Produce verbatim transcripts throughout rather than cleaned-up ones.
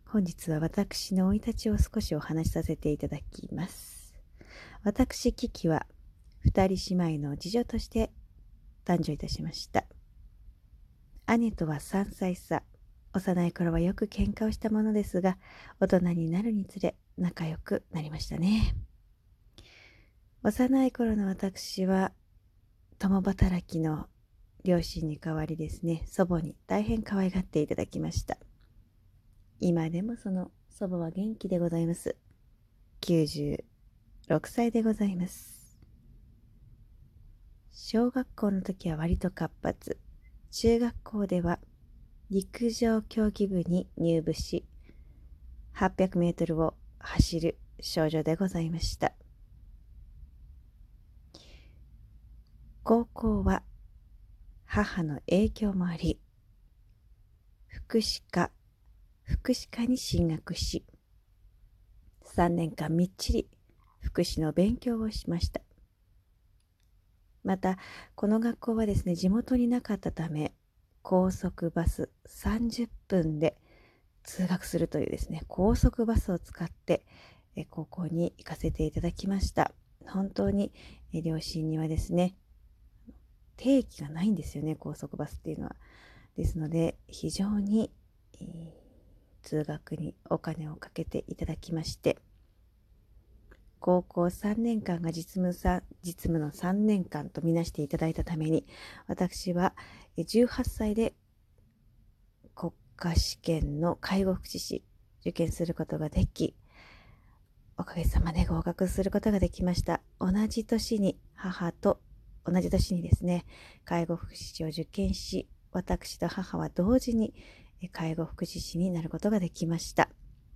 本日は私の生い立ちを少しお話しさせていただきます。私、キキは二人姉妹の次女として誕生いたしました。姉とはさんさい差。幼い頃はよく喧嘩をしたものですが、大人になるにつれ仲良くなりましたね。幼い頃の私は共働きの両親に代わりですね、祖母に大変可愛がっていただきました。今でもその祖母は元気でございます。きゅうじゅうろくさいでございます。小学校の時は割と活発。中学校では陸上競技部に入部し、はっぴゃくメートルを走る少女でございました。高校は母の影響もあり、福祉科、福祉科に進学し、さんねんかんみっちり福祉の勉強をしました。また、この学校はですね、地元になかったため、高速バスさんじゅっぷんで通学するというですね、高速バスを使って高校に行かせていただきました。本当に両親にはですね、定期がないんですよね、高速バスっていうのは。ですので、非常に、えー、通学にお金をかけていただきまして、高校さんねんかんが実務さ実務のさんねんかんとみなしていただいたために、私はじゅうはっさいで国家試験の介護福祉士受験することができ、おかげさまで合格することができました。同じ年に母と同じ年にですね、介護福祉士を受験し、私と母は同時に介護福祉士になることができました。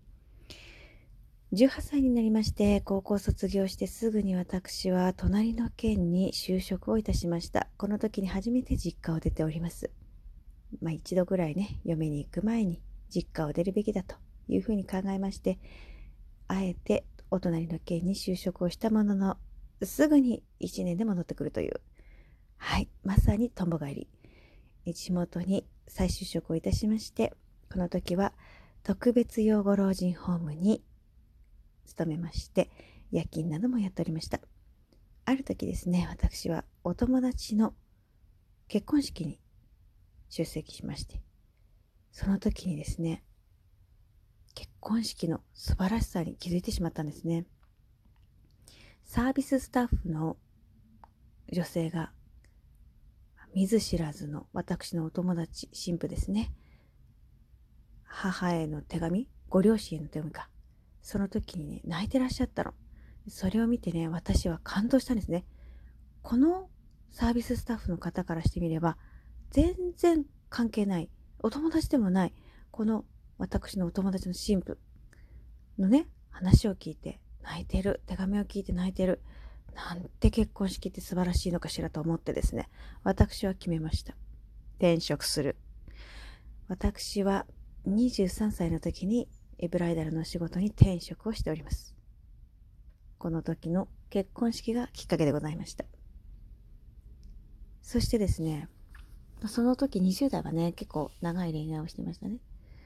じゅうはっさいになりまして、高校卒業してすぐに私は隣の県に就職をいたしました。この時に初めて実家を出ております。まあ一度ぐらいね、嫁に行く前に実家を出るべきだというふうに考えまして、あえてお隣の県に就職をしたものの、すぐにいちねんで戻ってくるという、はい、まさにとんぼ帰り。地元に再就職をいたしまして、この時は特別養護老人ホームに勤めまして、夜勤などもやっておりました。ある時ですね、私はお友達の結婚式に出席しまして、その時にですね、結婚式の素晴らしさに気づいてしまったんですね。サービススタッフの女性が、見ず知らずの私のお友達、新婦ですね、母への手紙、ご両親への手紙か、その時にね、泣いてらっしゃったの。それを見てね、私は感動したんですね。このサービススタッフの方からしてみれば、全然関係ない、お友達でもない、この私のお友達の新婦のね、話を聞いて泣いてる、手紙を聞いて泣いてる、なんて結婚式って素晴らしいのかしらと思ってですね、私は決めました。転職する。私はにじゅうさんさいの時にブライダルの仕事に転職をしております。この時の結婚式がきっかけでございました。そしてですね、その時にじゅう代はね、結構長い恋愛をしてましたね。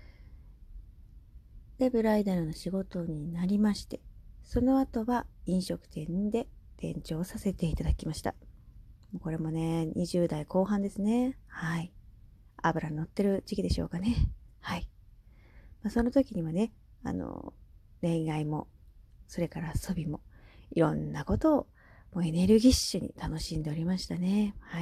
で、ブライダルの仕事になりまして、その後は飲食店で店長をさせていただきました。これもね、にじゅう代後半ですね。はい。油乗ってる時期でしょうかね。はい。まあ、その時にはね、あの、恋愛も、それから遊びも、いろんなことをもうエネルギッシュに楽しんでおりましたね。はい。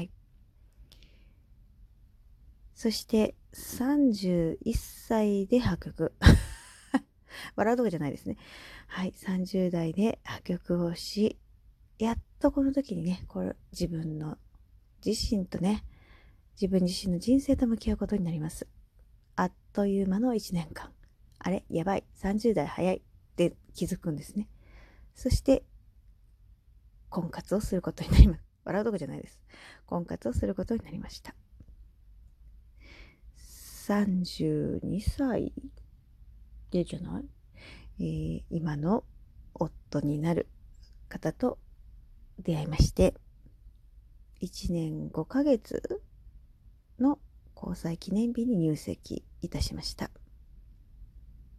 そしてさんじゅういっさいで破局。笑うとこじゃないですね。はい。さんじゅう代で破局をし、やっとこの時にね、これ自分の自身とね、自分自身の人生と向き合うことになります。あっという間のいちねんかん。あれやばい。さんじゅう代早いって気づくんですね。そして、婚活をすることになります。笑うとこじゃないです。婚活をすることになりました。さんじゅうにさいでじゃない、えー、今の夫になる方と出会いまして、いちねんごかげつの交際記念日に入籍いたしました。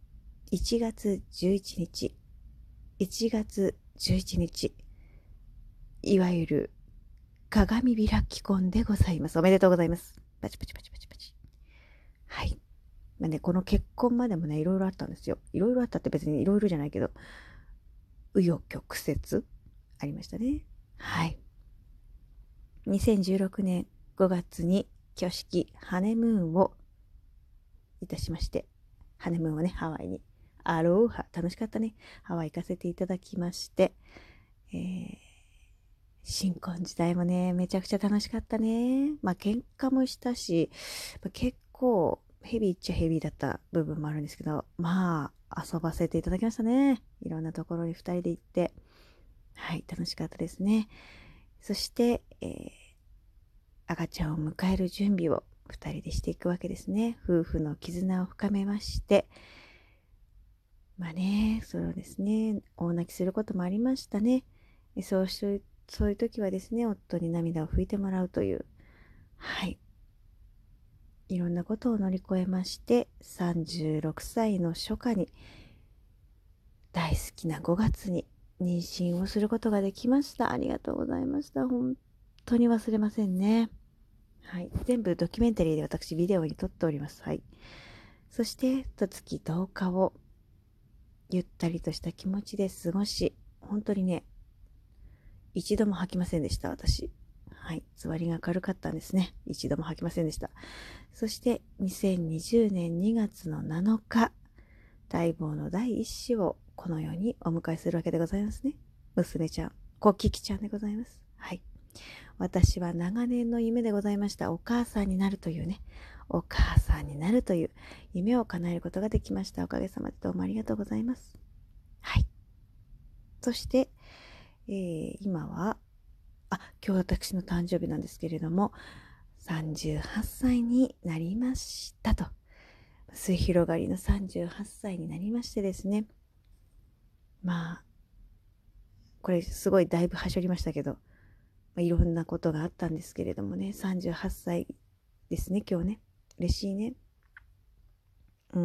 いちがつじゅういちにち、いちがつじゅういちにち、いわゆる鏡開き婚でございます。おめでとうございます。パチパチパチパチパチ。はい。まあね、この結婚までもね、いろいろあったんですよ。いろいろあったって別にいろいろじゃないけど、紆余曲折ありましたね。はい。にせんじゅうろくねんごがつに挙式、ハネムーンをいたしまして、ハネムーンはね、ハワイに、アローハ、楽しかったね。ハワイ行かせていただきまして、えー、新婚時代もね、めちゃくちゃ楽しかったね。まあ、喧嘩もしたし、まあ、結構、ヘビーっちゃヘビーだった部分もあるんですけど、まあ、遊ばせていただきましたね。いろんなところにふたりで行って、はい、楽しかったですね。そして、えー、赤ちゃんを迎える準備をふたりでしていくわけですね。夫婦の絆を深めまして、まあね、そうですね、大泣きすることもありましたね。そうし、そういう時はですね、夫に涙を拭いてもらうという、はい、いろんなことを乗り越えまして、さんじゅうろくさいの初夏に、大好きなごがつに妊娠をすることができました。ありがとうございました。本当に忘れませんね。はい、全部ドキュメンタリーで私ビデオに撮っております。はい。そして、十月とおかをゆったりとした気持ちで過ごし、本当にね、一度も吐きませんでした、私。はい。つわりが軽かったんですね。一度も吐きませんでした。そして、にせんにじゅうねんにがつのなのか、待望の第一子をこの世にお迎えするわけでございますね。娘ちゃん、コキキちゃんでございます。はい。私は長年の夢でございました。お母さんになるというね、お母さんになるという夢を叶えることができました。おかげさまでどうもありがとうございます。はい。そして、えー、今は、あ、今日私の誕生日なんですけれども、さんじゅうはっさいになりましたと。末広がりのさんじゅうはっさいになりましてですね。まあ、これすごいだいぶはしょりましたけど、まあ、いろんなことがあったんですけれどもね、さんじゅうはっさいですね、今日ね。嬉しいね。うん。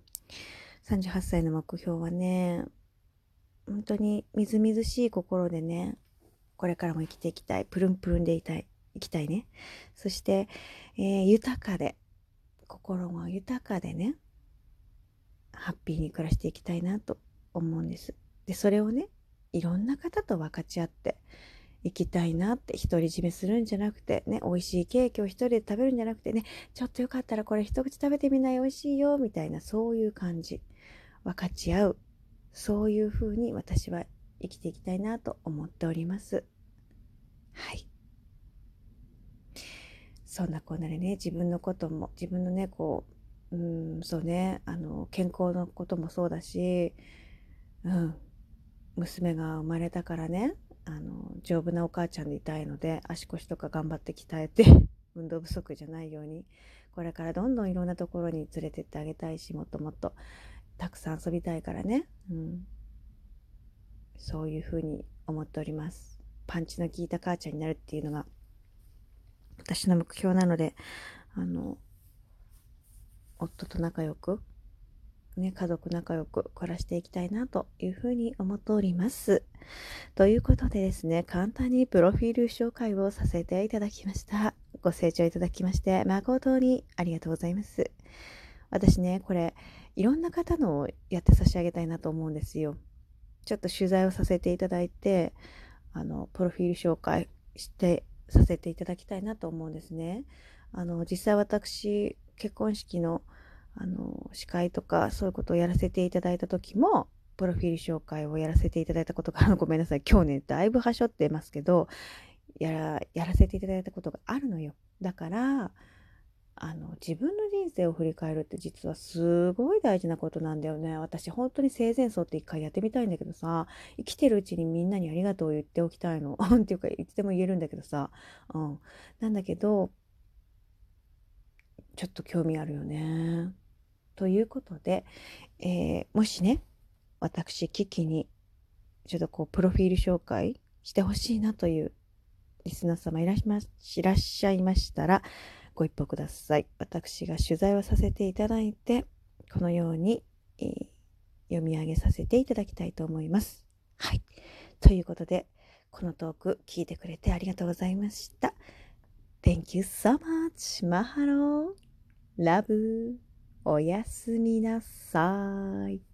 さんじゅうはっさいの目標はね、本当にみずみずしい心でね、これからも生きていきたい。プルンプルンでいたい。生きたいね。そして、えー、豊かで、心も豊かでね、ハッピーに暮らしていきたいなと思うんです。で、それをね、いろんな方と分かち合っていきたいなって、独り占めするんじゃなくて、ね、美味しいケーキを一人で食べるんじゃなくてね、ちょっとよかったらこれ一口食べてみない？美味しいよ、みたいな、そういう感じ。分かち合う。そういう風に私は生きていきたいなと思っております。はい。そんなこんなでね、自分のことも、自分のね、こう、うん、そうね、あの、健康のこともそうだし、うん、娘が生まれたからね、あの、丈夫なお母ちゃんでいたいので、足腰とか頑張って鍛えて、運動不足じゃないように、これからどんどんいろんなところに連れてってあげたいし、もっともっとたくさん遊びたいからね、うん、そういうふうに思っております。パンチの効いた母ちゃんになるっていうのが私の目標なので、あの、夫と仲良く、ね、家族仲良く暮らしていきたいなというふうに思っております。ということでですね、簡単にプロフィール紹介をさせていただきました。ご清聴いただきまして誠にありがとうございます。私ね、これいろんな方のをやって差し上げたいなと思うんですよ。ちょっと取材をさせていただいて、あのプロフィール紹介してさせていただきたいなと思うんですね。あの実際私結婚式のあの司会とかそういうことをやらせていただいた時もプロフィール紹介をやらせていただいたことがごめんなさい、今日ねだいぶはしょってますけど、やらやらせていただいたことがあるのよ。だからあの自分の人生を振り返るって実はすごい大事なことなんだよね。私本当に生前葬って一回やってみたいんだけどさ、生きてるうちにみんなにありがとうを言っておきたいのっていうかいつでも言えるんだけどさ、うん、なんだけどちょっと興味あるよね。ということで、えーもしね私キキにちょっとこうプロフィール紹介してほしいなというリスナー様いらっしゃいまいらっしゃいましたらご一報ください。私が取材をさせていただいてこのように、えー読み上げさせていただきたいと思います。はい。ということで、このトーク聞いてくれてありがとうございました。Thank you so much. マハロー。ラブ。おやすみなさい。